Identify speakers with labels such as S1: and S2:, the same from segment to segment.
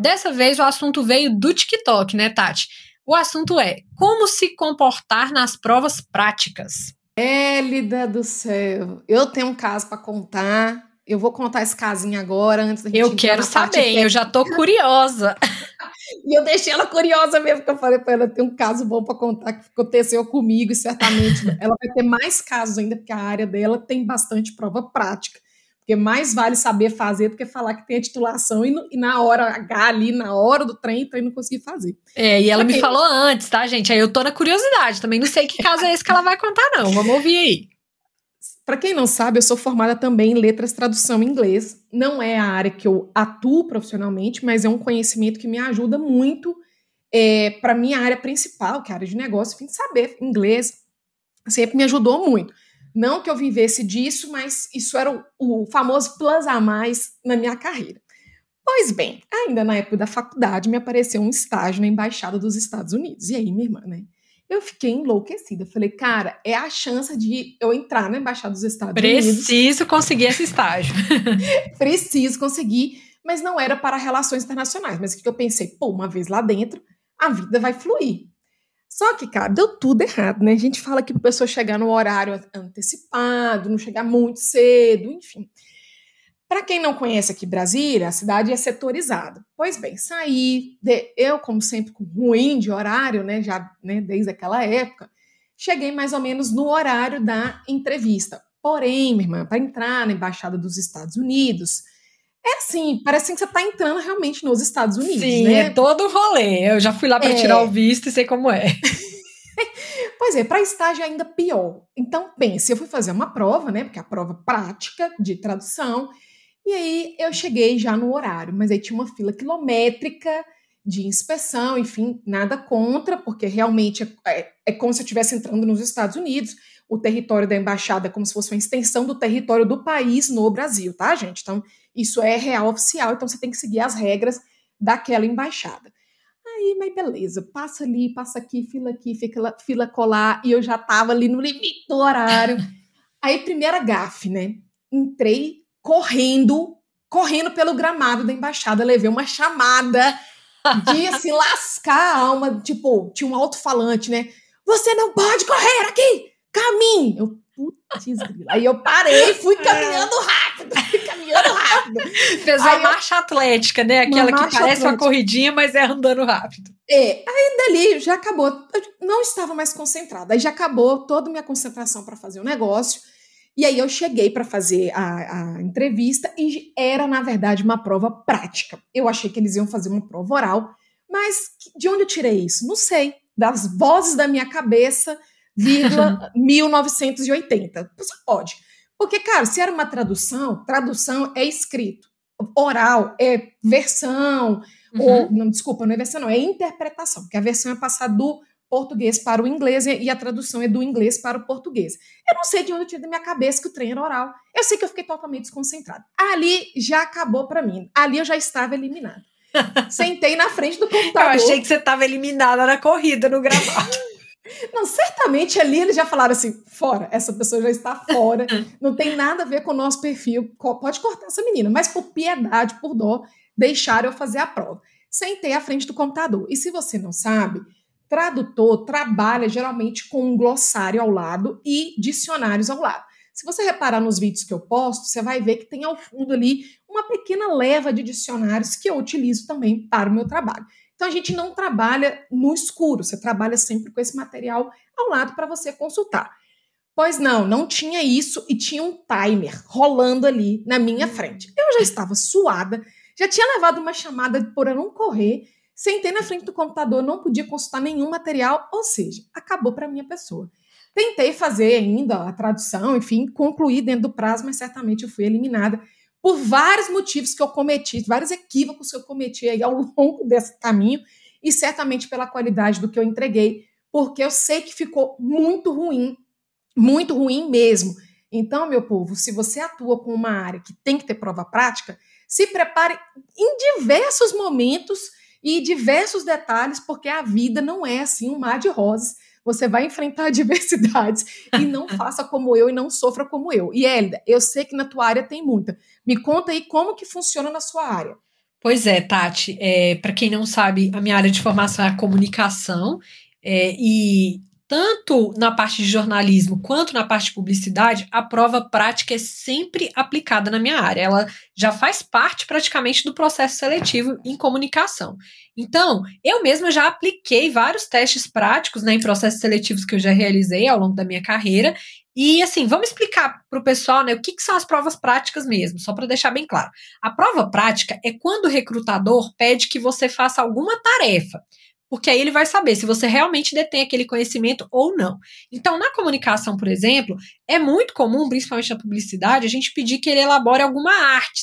S1: dessa vez o assunto veio do TikTok, né, Tati? O assunto é como se comportar nas provas práticas.
S2: Élida do céu, eu tenho um caso para contar. Eu vou contar esse casinho agora, antes da gente
S1: Eu quero saber, eu já tô curiosa.
S2: E eu deixei ela curiosa mesmo, porque eu falei para ela, tem um caso bom para contar que aconteceu comigo, e certamente ela vai ter mais casos ainda, porque a área dela tem bastante prova prática. Porque mais vale saber fazer do que falar que tem a titulação e na hora H ali, na hora do trem, o trem não conseguir fazer.
S1: E ela me falou antes, tá, gente? Aí eu tô na curiosidade, também não sei que caso é esse que ela vai contar, não. Vamos ouvir aí.
S2: Para quem não sabe, eu sou formada também em letras, tradução em inglês. Não é a área que eu atuo profissionalmente, mas é um conhecimento que me ajuda muito para minha área principal, que é a área de negócio. Enfim, saber inglês sempre me ajudou muito. Não que eu vivesse disso, mas isso era o famoso plus a mais na minha carreira. Pois bem, ainda na época da faculdade, me apareceu um estágio na Embaixada dos Estados Unidos. E aí, minha irmã, né? Eu fiquei enlouquecida. Falei, cara, é a chance de eu entrar na Embaixada dos Estados Unidos.
S1: Preciso conseguir esse estágio.
S2: Preciso conseguir, mas não era para relações internacionais. Mas o que eu pensei? Pô, uma vez lá dentro, a vida vai fluir. Só que, cara, deu tudo errado, né? A gente fala que a pessoa chegar no horário antecipado, não chegar muito cedo, enfim. Para quem não conhece aqui Brasília, a cidade é setorizada. Pois bem, eu, como sempre, com ruim de horário, né, já desde aquela época, cheguei mais ou menos no horário da entrevista. Porém, minha irmã, para entrar na Embaixada dos Estados Unidos, é assim, parece que você está entrando realmente nos Estados Unidos,
S1: Sim,
S2: né?
S1: é todo o rolê. Eu já fui lá para tirar o visto e sei como é.
S2: Pois é, para estágio é ainda pior. Então, pense, eu fui fazer uma prova, né? Porque é a prova prática de tradução. E aí eu cheguei já no horário, mas aí tinha uma fila quilométrica de inspeção, enfim, nada contra, porque realmente é como se eu estivesse entrando nos Estados Unidos. O território da embaixada é como se fosse uma extensão do território do país no Brasil, tá, gente? Então, isso é real oficial, então você tem que seguir as regras daquela embaixada. Aí, mas beleza, passa ali, passa aqui, fila colar, e eu já tava ali no limite do horário. Aí, primeira gafe, né? Entrei correndo pelo gramado da embaixada, levei uma chamada de se lascar a alma, tipo, tinha um alto-falante, né? Você não pode correr aqui! Caminhe! Eu, putz, grila. Aí eu parei, fui caminhando rápido.
S1: Fez uma marcha atlética, né? Aquela que parece uma corridinha, mas é andando rápido.
S2: Aí dali já acabou. Eu não estava mais concentrada. Aí já acabou toda a minha concentração para fazer o negócio. E aí eu cheguei para fazer a entrevista e era, na verdade, uma prova prática. Eu achei que eles iam fazer uma prova oral, mas de onde eu tirei isso? Não sei. Das vozes da minha cabeça, 1980. Você pode. Porque, cara, se era uma tradução é escrito. Oral é versão, ou, não, desculpa, não é versão, não, é interpretação, porque a versão é passar do português para o inglês e a tradução é do inglês para o português. Eu não sei de onde eu tirei da minha cabeça que o trem era oral. Eu sei que eu fiquei totalmente desconcentrada. Ali já acabou para mim. Ali eu já estava eliminada. Sentei na frente do computador.
S1: Eu achei que você estava eliminada na corrida, no gramado.
S2: Não, certamente ali eles já falaram assim, fora, essa pessoa já está fora, não tem nada a ver com o nosso perfil, pode cortar essa menina, mas por piedade, por dó, deixaram eu fazer a prova. Sentei à frente do computador. E se você não sabe, tradutor trabalha geralmente com um glossário ao lado e dicionários ao lado. Se você reparar nos vídeos que eu posto, você vai ver que tem ao fundo ali uma pequena leva de dicionários que eu utilizo também para o meu trabalho. Então, a gente não trabalha no escuro, você trabalha sempre com esse material ao lado para você consultar. Pois não tinha isso e tinha um timer rolando ali na minha frente. Eu já estava suada, já tinha levado uma chamada por eu não correr, sentei na frente do computador, não podia consultar nenhum material, ou seja, acabou para a minha pessoa. Tentei fazer ainda a tradução, enfim, concluí dentro do prazo, mas certamente eu fui eliminada por vários motivos que eu cometi, vários equívocos que eu cometi aí ao longo desse caminho, e certamente pela qualidade do que eu entreguei, porque eu sei que ficou muito ruim mesmo. Então, meu povo, se você atua com uma área que tem que ter prova prática, se prepare em diversos momentos e diversos detalhes, porque a vida não é assim um mar de rosas. Você vai enfrentar adversidades e não faça como eu e não sofra como eu. E Hélida, eu sei que na tua área tem muita. Me conta aí como que funciona na sua área.
S1: Pois é, Tati, para quem não sabe, a minha área de formação é a comunicação, e tanto na parte de jornalismo quanto na parte de publicidade, a prova prática é sempre aplicada na minha área. Ela já faz parte praticamente do processo seletivo em comunicação. Então, eu mesma já apliquei vários testes práticos, né, em processos seletivos que eu já realizei ao longo da minha carreira. E assim, vamos explicar para o pessoal, né, o que são as provas práticas mesmo, só para deixar bem claro. A prova prática é quando o recrutador pede que você faça alguma tarefa, porque aí ele vai saber se você realmente detém aquele conhecimento ou não. Então, na comunicação, por exemplo, é muito comum, principalmente na publicidade, a gente pedir que ele elabore alguma arte,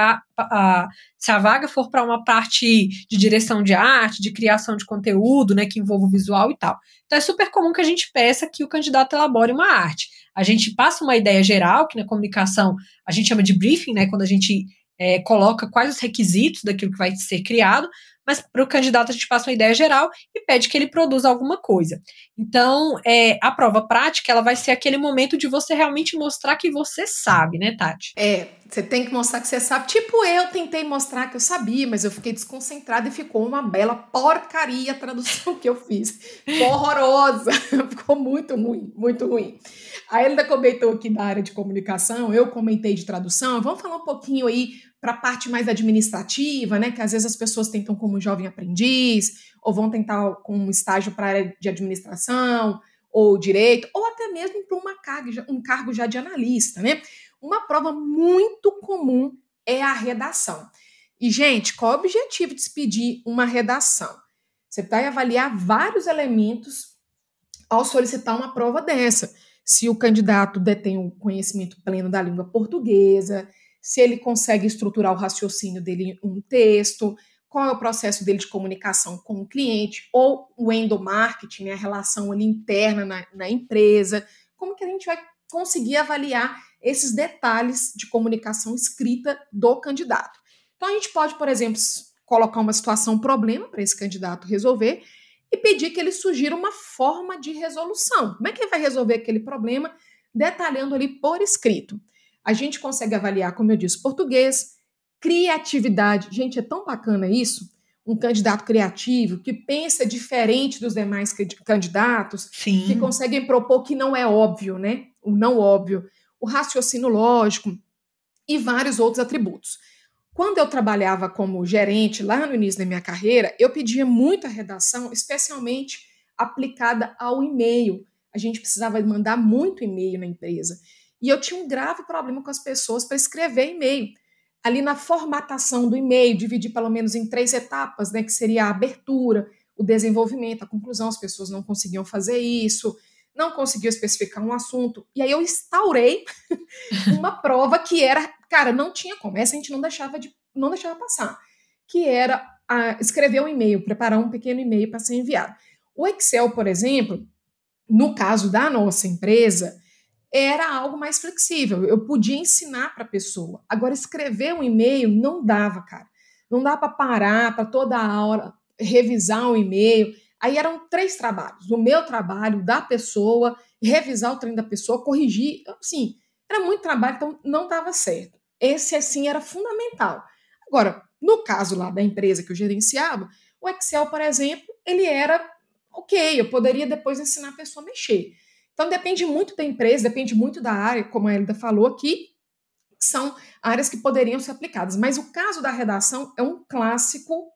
S1: se a vaga for para uma parte de direção de arte, de criação de conteúdo, né, que envolva o visual e tal. Então, é super comum que a gente peça que o candidato elabore uma arte. A gente passa uma ideia geral, que na comunicação a gente chama de briefing, né, quando a gente coloca quais os requisitos daquilo que vai ser criado, mas para o candidato a gente passa uma ideia geral e pede que ele produza alguma coisa. Então, a prova prática, ela vai ser aquele momento de você realmente mostrar que você sabe, né, Tati?
S2: Você tem que mostrar que você sabe. Tipo, eu tentei mostrar que eu sabia, mas eu fiquei desconcentrada e ficou uma bela porcaria a tradução que eu fiz. Ficou horrorosa, ficou muito ruim, muito ruim. Aí ele ainda comentou aqui da área de comunicação, eu comentei de tradução. Vamos falar um pouquinho aí para a parte mais administrativa, né? Que às vezes as pessoas tentam como jovem aprendiz, ou vão tentar com um estágio para a área de administração, ou direito, ou até mesmo para um cargo já de analista, né? Uma prova muito comum é a redação. E, gente, qual é o objetivo de se pedir uma redação? Você vai avaliar vários elementos ao solicitar uma prova dessa. Se o candidato detém o conhecimento pleno da língua portuguesa, se ele consegue estruturar o raciocínio dele em um texto, qual é o processo dele de comunicação com o cliente, ou o endomarketing, né, a relação ali interna na empresa. Como que a gente vai conseguir avaliar esses detalhes de comunicação escrita do candidato? Então, a gente pode, por exemplo, colocar uma situação, um problema para esse candidato resolver e pedir que ele sugira uma forma de resolução. Como é que ele vai resolver aquele problema? Detalhando ali por escrito. A gente consegue avaliar, como eu disse, português, criatividade. Gente, é tão bacana isso. Um candidato criativo que pensa diferente dos demais candidatos,
S1: Sim.
S2: que conseguem propor que não é óbvio, né? O não óbvio, o raciocínio lógico e vários outros atributos. Quando eu trabalhava como gerente lá no início da minha carreira, eu pedia muita redação, especialmente aplicada ao e-mail. A gente precisava mandar muito e-mail na empresa. E eu tinha um grave problema com as pessoas para escrever e-mail. Ali na formatação do e-mail, dividir pelo menos em 3 etapas, né, que seria a abertura, o desenvolvimento, a conclusão, as pessoas não conseguiam fazer isso, não conseguiam especificar um assunto. E aí eu instaurei uma prova que era, cara, não tinha como, essa a gente não deixava passar, que era escrever um e-mail, preparar um pequeno e-mail para ser enviado. O Excel, por exemplo, no caso da nossa empresa, era algo mais flexível. Eu podia ensinar para a pessoa. Agora, escrever um e-mail não dava, cara. Não dá para parar, para toda hora revisar um e-mail. Aí eram 3 trabalhos. O meu trabalho, da pessoa, revisar o treino da pessoa, corrigir. Assim, era muito trabalho, então não dava certo. Esse, assim, era fundamental. Agora, no caso lá da empresa que eu gerenciava, o Excel, por exemplo, ele era ok, eu poderia depois ensinar a pessoa a mexer. Então, depende muito da empresa, depende muito da área, como a Elida falou aqui, são áreas que poderiam ser aplicadas. Mas o caso da redação é um clássico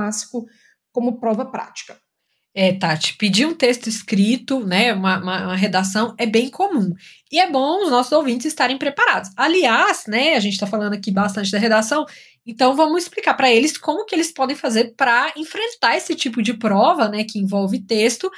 S2: como prova prática.
S1: Tati, pedir um texto escrito, né, uma redação, é bem comum. E é bom os nossos ouvintes estarem preparados. Aliás, né, a gente está falando aqui bastante da redação, então vamos explicar para eles como que eles podem fazer para enfrentar esse tipo de prova, né, que envolve texto,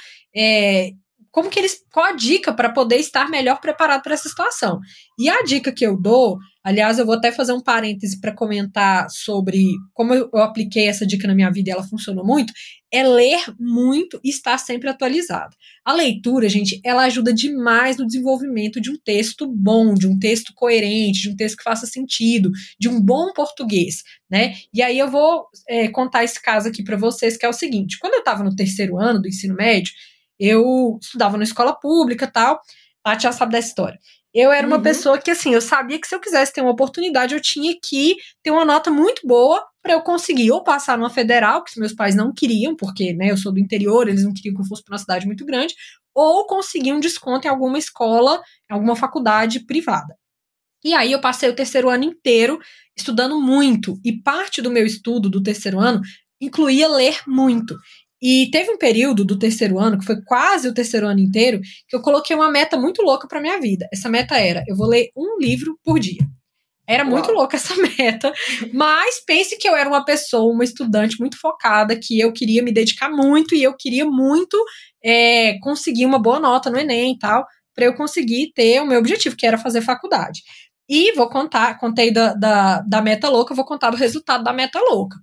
S1: qual a dica para poder estar melhor preparado para essa situação. E a dica que eu dou, aliás, eu vou até fazer um parêntese para comentar sobre como eu apliquei essa dica na minha vida e ela funcionou muito, é ler muito e estar sempre atualizado. A leitura, gente, ela ajuda demais no desenvolvimento de um texto bom, de um texto coerente, de um texto que faça sentido, de um bom português, né? E aí eu vou contar esse caso aqui para vocês, que é o seguinte: quando eu estava no 3º ano do ensino médio, eu estudava na escola pública e tal, a Tati já sabe dessa história. Eu era uma pessoa que, assim, eu sabia que se eu quisesse ter uma oportunidade, eu tinha que ter uma nota muito boa para eu conseguir ou passar numa federal, que os meus pais não queriam, porque, né, eu sou do interior, eles não queriam que eu fosse para uma cidade muito grande, ou conseguir um desconto em alguma escola, em alguma faculdade privada. E aí eu passei o terceiro ano inteiro estudando muito, e parte do meu estudo do terceiro ano incluía ler muito. E teve um período do terceiro ano, que foi quase o terceiro ano inteiro, que eu coloquei uma meta muito louca para minha vida. Essa meta era, eu vou ler um livro por dia. Era muito louca essa meta, mas pense que eu era uma pessoa, uma estudante muito focada, que eu queria me dedicar muito e eu queria muito conseguir uma boa nota no Enem e tal, para eu conseguir ter o meu objetivo, que era fazer faculdade. E vou contar, contei da meta louca, vou contar do resultado da meta louca.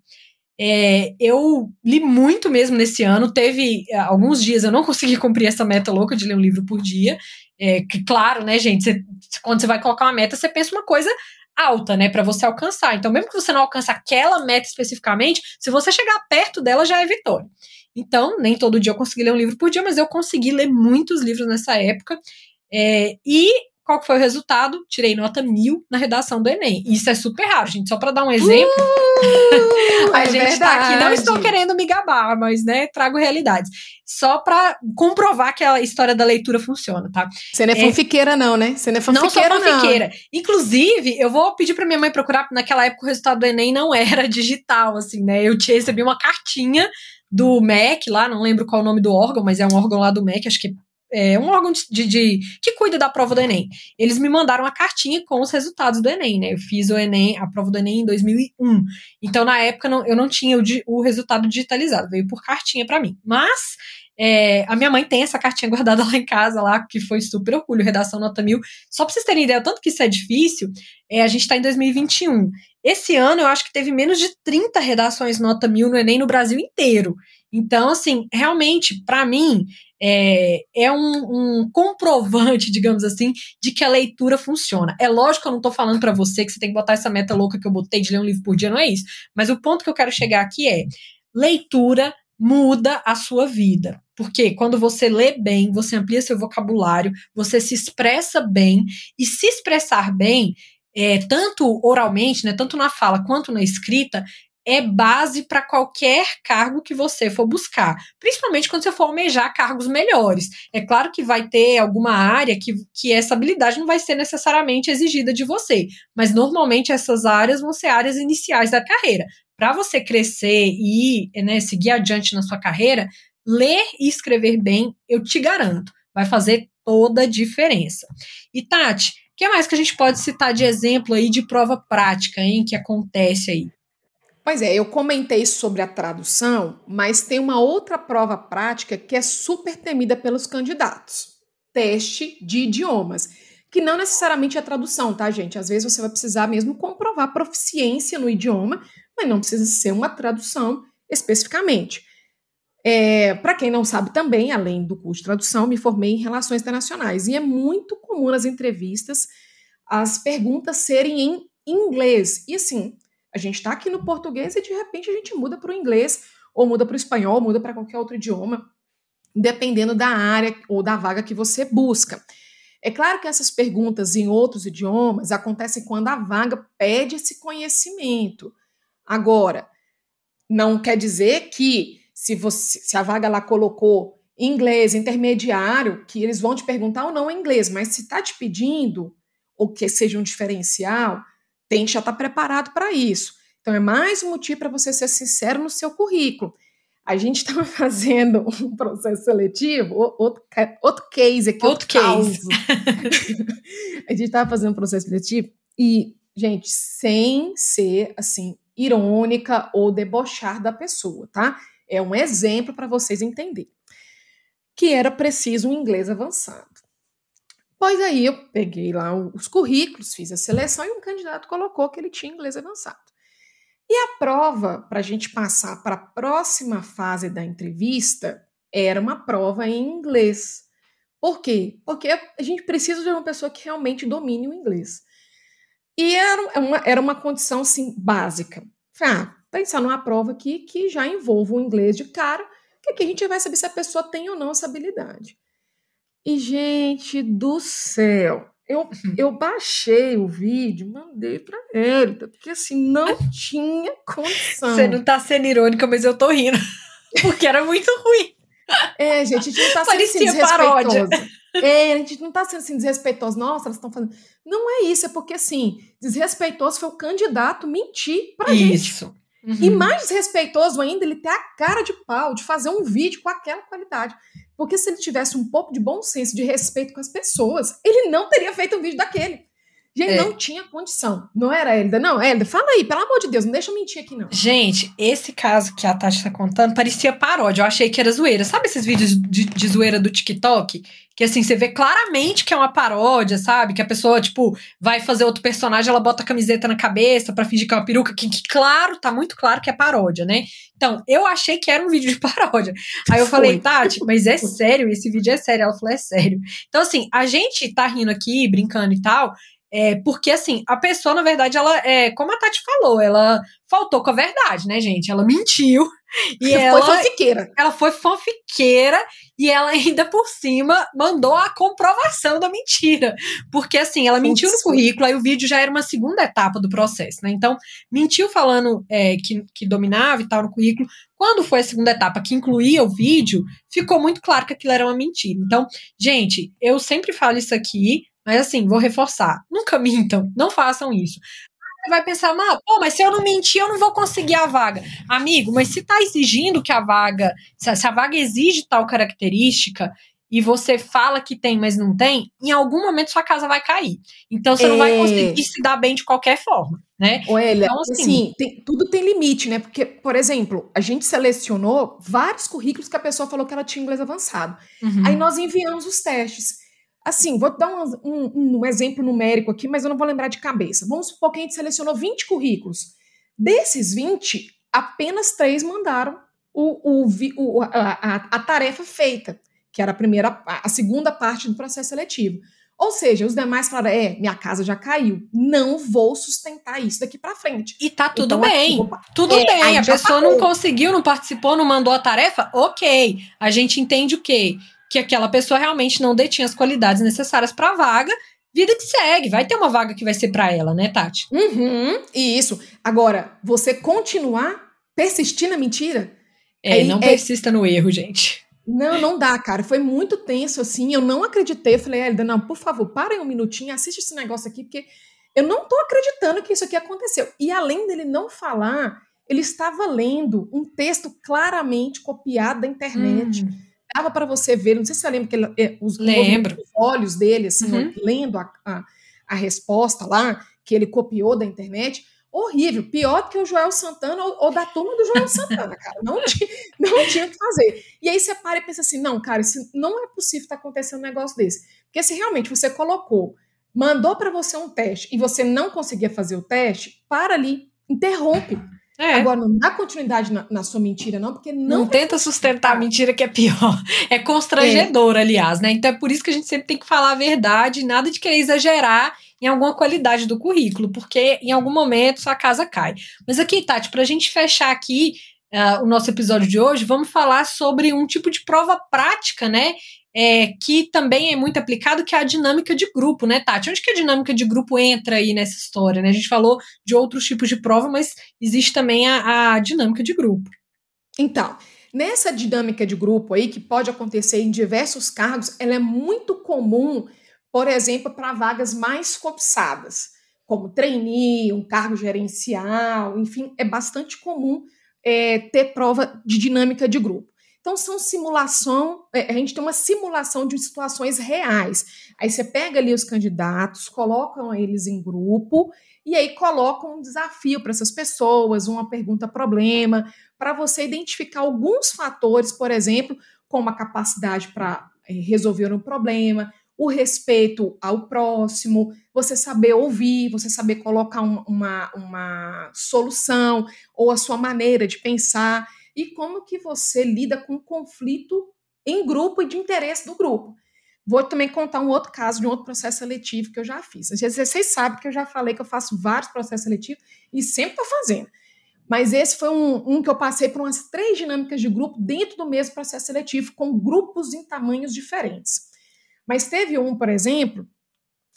S1: Eu li muito mesmo nesse ano, teve alguns dias eu não consegui cumprir essa meta louca de ler um livro por dia, que claro, né, gente, quando você vai colocar uma meta, você pensa uma coisa alta, né, para você alcançar, então mesmo que você não alcance aquela meta especificamente, se você chegar perto dela já é vitória. Então, nem todo dia eu consegui ler um livro por dia, mas eu consegui ler muitos livros nessa época, e qual que foi o resultado? Tirei nota 1000 na redação do Enem. Isso é super raro, gente. Só para dar um exemplo, a gente tá aqui, não estou querendo me gabar, mas, né, trago realidades. Só para comprovar que a história da leitura funciona, tá?
S2: Você não é fanfiqueira não, né? Você não é
S1: fanfiqueira, não. Sou fanfiqueira. Inclusive, eu vou pedir pra minha mãe procurar, porque naquela época o resultado do Enem não era digital, assim, né? Eu recebi uma cartinha do MEC lá, não lembro qual é o nome do órgão, mas é um órgão lá do MEC, acho que é um órgão que cuida da prova do Enem. Eles me mandaram uma cartinha com os resultados do Enem, né? Eu fiz a prova do Enem em 2001. Então, na época, eu não tinha o resultado digitalizado. Veio por cartinha para mim. Mas a minha mãe tem essa cartinha guardada lá em casa, lá, que foi super orgulho, redação nota 1000. Só pra vocês terem ideia, o tanto que isso é difícil, a gente tá em 2021. Esse ano, eu acho que teve menos de 30 redações nota 1000 no Enem no Brasil inteiro. Então, assim, realmente, para mim, é um comprovante, digamos assim, de que a leitura funciona. É lógico que eu não tô falando para você que você tem que botar essa meta louca que eu botei de ler um livro por dia, não é isso. Mas o ponto que eu quero chegar aqui é: leitura muda a sua vida. Porque quando você lê bem, você amplia seu vocabulário, você se expressa bem, e se expressar bem, tanto oralmente, né, tanto na fala quanto na escrita, é base para qualquer cargo que você for buscar, principalmente quando você for almejar cargos melhores. É claro que vai ter alguma área que essa habilidade não vai ser necessariamente exigida de você, mas normalmente essas áreas vão ser áreas iniciais da carreira. Para você crescer e, né, seguir adiante na sua carreira, ler e escrever bem, eu te garanto, vai fazer toda a diferença. E Tati, o que mais que a gente pode citar de exemplo aí de prova prática, hein, que acontece aí?
S2: Pois é, eu comentei sobre a tradução, mas tem uma outra prova prática que é super temida pelos candidatos. Teste de idiomas, que não necessariamente é tradução, tá, gente? Às vezes você vai precisar mesmo comprovar proficiência no idioma, mas não precisa ser uma tradução especificamente. Para quem não sabe também, além do curso de tradução, me formei em Relações Internacionais e é muito comum nas entrevistas as perguntas serem em inglês. E assim, a gente está aqui no português e de repente a gente muda para o inglês, ou muda para o espanhol, ou muda para qualquer outro idioma, dependendo da área ou da vaga que você busca. É claro que essas perguntas em outros idiomas acontecem quando a vaga pede esse conhecimento. Agora, não quer dizer que se a vaga lá colocou inglês intermediário, que eles vão te perguntar ou não em inglês, mas se está te pedindo, ou que seja um diferencial, tem que já estar preparado para isso. Então, é mais um motivo para você ser sincero no seu currículo. A gente estava fazendo um processo seletivo, outro case aqui, outro case. A gente estava fazendo um processo seletivo e, gente, sem ser, assim, irônica ou debochar da pessoa, tá? É um exemplo para vocês entenderem. Que era preciso um inglês avançado. Pois aí eu peguei lá os currículos, fiz a seleção e um candidato colocou que ele tinha inglês avançado. E a prova, para a gente passar para a próxima fase da entrevista, era uma prova em inglês. Por quê? Porque a gente precisa de uma pessoa que realmente domine o inglês. E era uma condição, assim, básica. Pensar numa prova aqui que já envolva o inglês de cara, que aqui a gente vai saber se a pessoa tem ou não essa habilidade. E, gente do céu, eu baixei o vídeo, mandei pra ele, porque assim, não tinha condição.
S1: Você não tá sendo irônica, mas eu tô rindo, porque era muito ruim.
S2: Gente, a gente não tá sendo assim, desrespeitosa. A gente não tá sendo assim, desrespeitosa. Nossa, elas estão fazendo... Não é isso, é porque assim, desrespeitoso foi o candidato mentir pra gente.
S1: Isso. Uhum.
S2: E mais desrespeitoso ainda, ele ter a cara de pau de fazer um vídeo com aquela qualidade. Porque se ele tivesse um pouco de bom senso, de respeito com as pessoas, ele não teria feito um vídeo daquele. Gente, não tinha condição. Não era Hélida. Não, Hélida, fala aí, pelo amor de Deus, não deixa eu mentir aqui, não.
S1: Gente, esse caso que a Tati tá contando parecia paródia. Eu achei que era zoeira. Sabe esses vídeos de zoeira do TikTok? Que assim, você vê claramente que é uma paródia, sabe? Que a pessoa, tipo, vai fazer outro personagem, ela bota a camiseta na cabeça pra fingir que é uma peruca. Que claro, tá muito claro que é paródia, né? Então, eu achei que era um vídeo de paródia. Aí eu falei, Tati, mas é sério? Esse vídeo é sério? Ela falou, é sério. Então, assim, a gente tá rindo aqui, brincando e tal... porque, assim, a pessoa, na verdade, ela, como a Tati falou, ela faltou com a verdade, né, gente? Ela mentiu. E ela
S2: foi fanfiqueira.
S1: Ela foi fanfiqueira e ela ainda por cima mandou a comprovação da mentira. Porque, assim, ela mentiu no currículo, aí o vídeo já era uma segunda etapa do processo, né? Então, mentiu falando que dominava e tal no currículo. Quando foi a segunda etapa, que incluía o vídeo, ficou muito claro que aquilo era uma mentira. Então, gente, eu sempre falo isso aqui, mas assim, vou reforçar. Nunca mintam, não façam isso. Você vai pensar, mas se eu não mentir, eu não vou conseguir a vaga. Amigo, mas se tá exigindo que a vaga, se a vaga exige tal característica, e você fala que tem, mas não tem, em algum momento sua casa vai cair. Então você não vai conseguir se dar bem de qualquer forma, né?
S2: Olha, então, assim, tudo tem limite, né? Porque, por exemplo, a gente selecionou vários currículos que a pessoa falou que ela tinha inglês avançado. Uhum. Aí nós enviamos os testes. Assim, vou dar um exemplo numérico aqui, mas eu não vou lembrar de cabeça. Vamos supor que a gente selecionou 20 currículos. Desses 20, apenas 3 mandaram a tarefa feita, que era a segunda parte do processo seletivo. Ou seja, os demais falaram, minha casa já caiu, não vou sustentar isso daqui para frente.
S1: E tá tudo então, bem, tudo bem, a pessoa não conseguiu, não participou, não mandou a tarefa, ok, a gente entende o quê? Que aquela pessoa realmente não detinha as qualidades necessárias para a vaga, vida que segue, vai ter uma vaga que vai ser para ela, né, Tati?
S2: Isso. Agora, você continuar, persistir na mentira...
S1: não persista no erro, gente.
S2: Não dá, cara. Foi muito tenso, assim, eu não acreditei. Eu falei, Hélida, não, por favor, para aí um minutinho, assiste esse negócio aqui, porque eu não tô acreditando que isso aqui aconteceu. E além dele não falar, ele estava lendo um texto claramente copiado da internet. Dava para você ver, não sei se você lembra que os olhos dele, assim, lendo a resposta lá, que ele copiou da internet. Horrível, pior do que o Joel Santana ou da turma do Joel Santana, cara. Não tinha o que fazer. E aí você para e pensa assim, não, cara, isso não é possível estar acontecendo um negócio desse. Porque se realmente você mandou para você um teste e você não conseguia fazer o teste, para ali, interrompe. Agora, não dá continuidade na sua mentira, não, porque não
S1: tenta sustentar a mentira, que é pior. É constrangedor, aliás, né? Então é por isso que a gente sempre tem que falar a verdade, nada de querer exagerar em alguma qualidade do currículo, porque em algum momento sua casa cai. Mas aqui, Tati, pra gente fechar aqui o nosso episódio de hoje, vamos falar sobre um tipo de prova prática, né? Que também é muito aplicado, que é a dinâmica de grupo, né, Tati? Onde que a dinâmica de grupo entra aí nessa história, né? A gente falou de outros tipos de prova, mas existe também a dinâmica de grupo.
S2: Então, nessa dinâmica de grupo aí, que pode acontecer em diversos cargos, ela é muito comum, por exemplo, para vagas mais cobiçadas, como trainee, um cargo gerencial, enfim, é bastante comum ter prova de dinâmica de grupo. Então, a gente tem uma simulação de situações reais. Aí você pega ali os candidatos, colocam eles em grupo e aí colocam um desafio para essas pessoas, uma pergunta-problema, para você identificar alguns fatores, por exemplo, como a capacidade para resolver um problema, o respeito ao próximo, você saber ouvir, você saber colocar uma solução ou a sua maneira de pensar e como que você lida com o conflito em grupo e de interesse do grupo. Vou também contar um outro caso de um outro processo seletivo que eu já fiz. Vocês sabem que eu já falei que eu faço vários processos seletivos e sempre estou fazendo. Mas esse foi um que eu passei por umas 3 dinâmicas de grupo dentro do mesmo processo seletivo, com grupos em tamanhos diferentes. Mas teve um, por exemplo,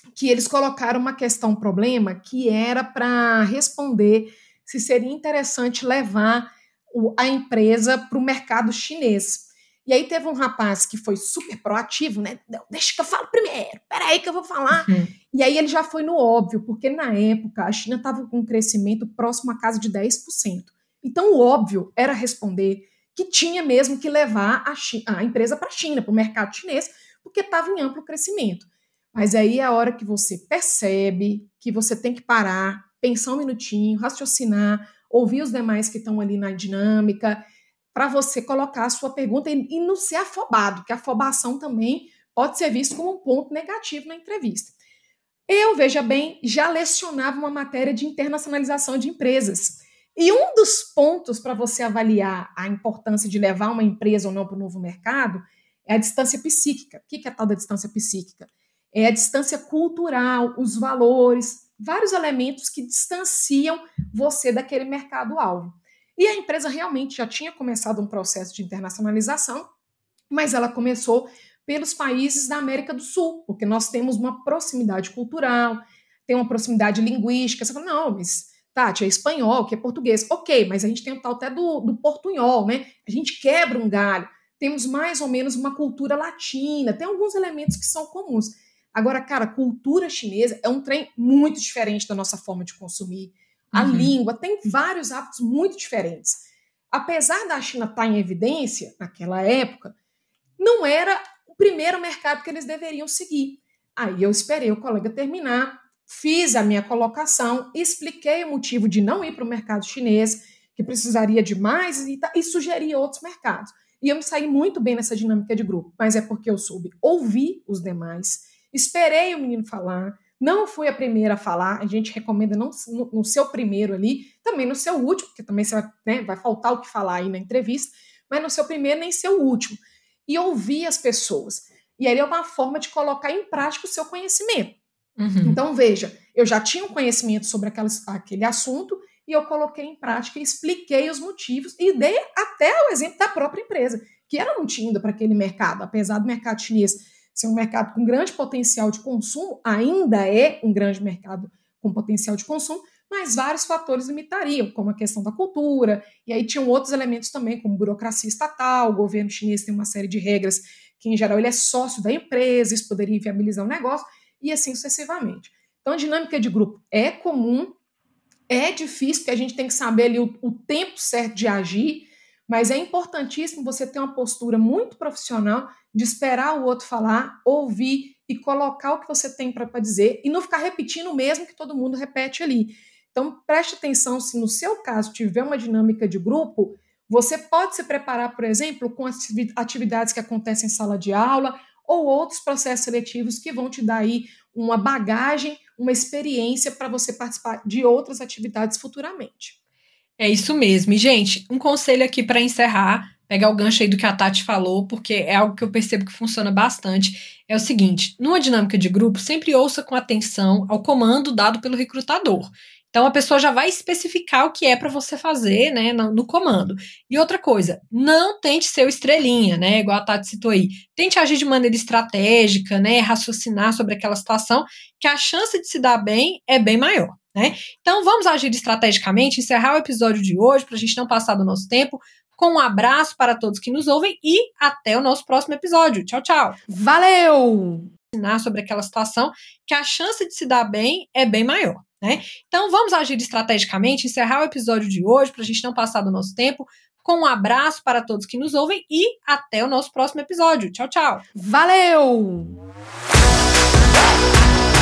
S2: que eles colocaram uma questão, um problema, que era para responder se seria interessante levar a empresa para o mercado chinês. E aí teve um rapaz que foi super proativo, né? Não, deixa que eu falo primeiro, peraí que eu vou falar. E aí ele já foi no óbvio, porque na época a China estava com um crescimento próximo à casa de 10%. Então o óbvio era responder que tinha mesmo que levar a empresa para a China, para o mercado chinês, porque estava em amplo crescimento. Mas aí é a hora que você percebe que você tem que parar, pensar um minutinho, raciocinar, ouvir os demais que estão ali na dinâmica, para você colocar a sua pergunta e não ser afobado, porque a afobação também pode ser visto como um ponto negativo na entrevista. Eu, veja bem, já lecionava uma matéria de internacionalização de empresas. E um dos pontos para você avaliar a importância de levar uma empresa ou não para o novo mercado é a distância psíquica. O que é a tal da distância psíquica? É a distância cultural, os valores, vários elementos que distanciam você daquele mercado-alvo. E a empresa realmente já tinha começado um processo de internacionalização, mas ela começou pelos países da América do Sul, porque nós temos uma proximidade cultural, tem uma proximidade linguística. Você fala, não, mas Tati, é espanhol, que é português. Ok, mas a gente tem o tal até do portunhol, né? A gente quebra um galho. Temos mais ou menos uma cultura latina, tem alguns elementos que são comuns. Agora, cara, cultura chinesa é um trem muito diferente da nossa forma de consumir. A língua tem vários hábitos muito diferentes. Apesar da China estar em evidência, naquela época, não era o primeiro mercado que eles deveriam seguir. Aí eu esperei o colega terminar, fiz a minha colocação, expliquei o motivo de não ir para o mercado chinês, que precisaria de mais e sugeri outros mercados. E eu me saí muito bem nessa dinâmica de grupo, mas é porque eu soube ouvir os demais, esperei o menino falar, não fui a primeira a falar, a gente recomenda não no seu primeiro ali, também no seu último, porque também você vai faltar o que falar aí na entrevista, mas no seu primeiro nem seu último. E ouvir as pessoas. E aí é uma forma de colocar em prática o seu conhecimento. Então, veja, eu já tinha um conhecimento sobre aquele assunto e eu coloquei em prática e expliquei os motivos e dei até o exemplo da própria empresa, que ela não tinha ido para aquele mercado, apesar do mercado chinês ser um mercado com grande potencial de consumo, ainda é um grande mercado com potencial de consumo, mas vários fatores limitariam, como a questão da cultura, e aí tinham outros elementos também, como burocracia estatal, o governo chinês tem uma série de regras que, em geral, ele é sócio da empresa, isso poderia inviabilizar o negócio, e assim sucessivamente. Então, a dinâmica de grupo é comum, é difícil, porque a gente tem que saber ali o tempo certo de agir, mas é importantíssimo você ter uma postura muito profissional de esperar o outro falar, ouvir e colocar o que você tem para dizer e não ficar repetindo o mesmo que todo mundo repete ali. Então, preste atenção se no seu caso tiver uma dinâmica de grupo, você pode se preparar, por exemplo, com atividades que acontecem em sala de aula ou outros processos seletivos que vão te dar aí uma bagagem, uma experiência para você participar de outras atividades futuramente.
S1: É isso mesmo. E, gente, um conselho aqui para encerrar, pegar o gancho aí do que a Tati falou, porque é algo que eu percebo que funciona bastante, é o seguinte, numa dinâmica de grupo, sempre ouça com atenção ao comando dado pelo recrutador. Então, a pessoa já vai especificar o que é para você fazer, né, no comando. E outra coisa, não tente ser o estrelinha, né, igual a Tati citou aí. Tente agir de maneira estratégica, né, raciocinar sobre aquela situação, que a chance de se dar bem é bem maior, né. Então, vamos agir estrategicamente, encerrar o episódio de hoje, para a gente não passar do nosso tempo, com um abraço para todos que nos ouvem e até o nosso próximo episódio. Tchau, tchau!
S2: Valeu!
S1: Sobre aquela situação, que a chance de se dar bem é bem maior. Né? Então, vamos agir estrategicamente, encerrar o episódio de hoje, para a gente não passar do nosso tempo, com um abraço para todos que nos ouvem e até o nosso próximo episódio. Tchau, tchau!
S2: Valeu!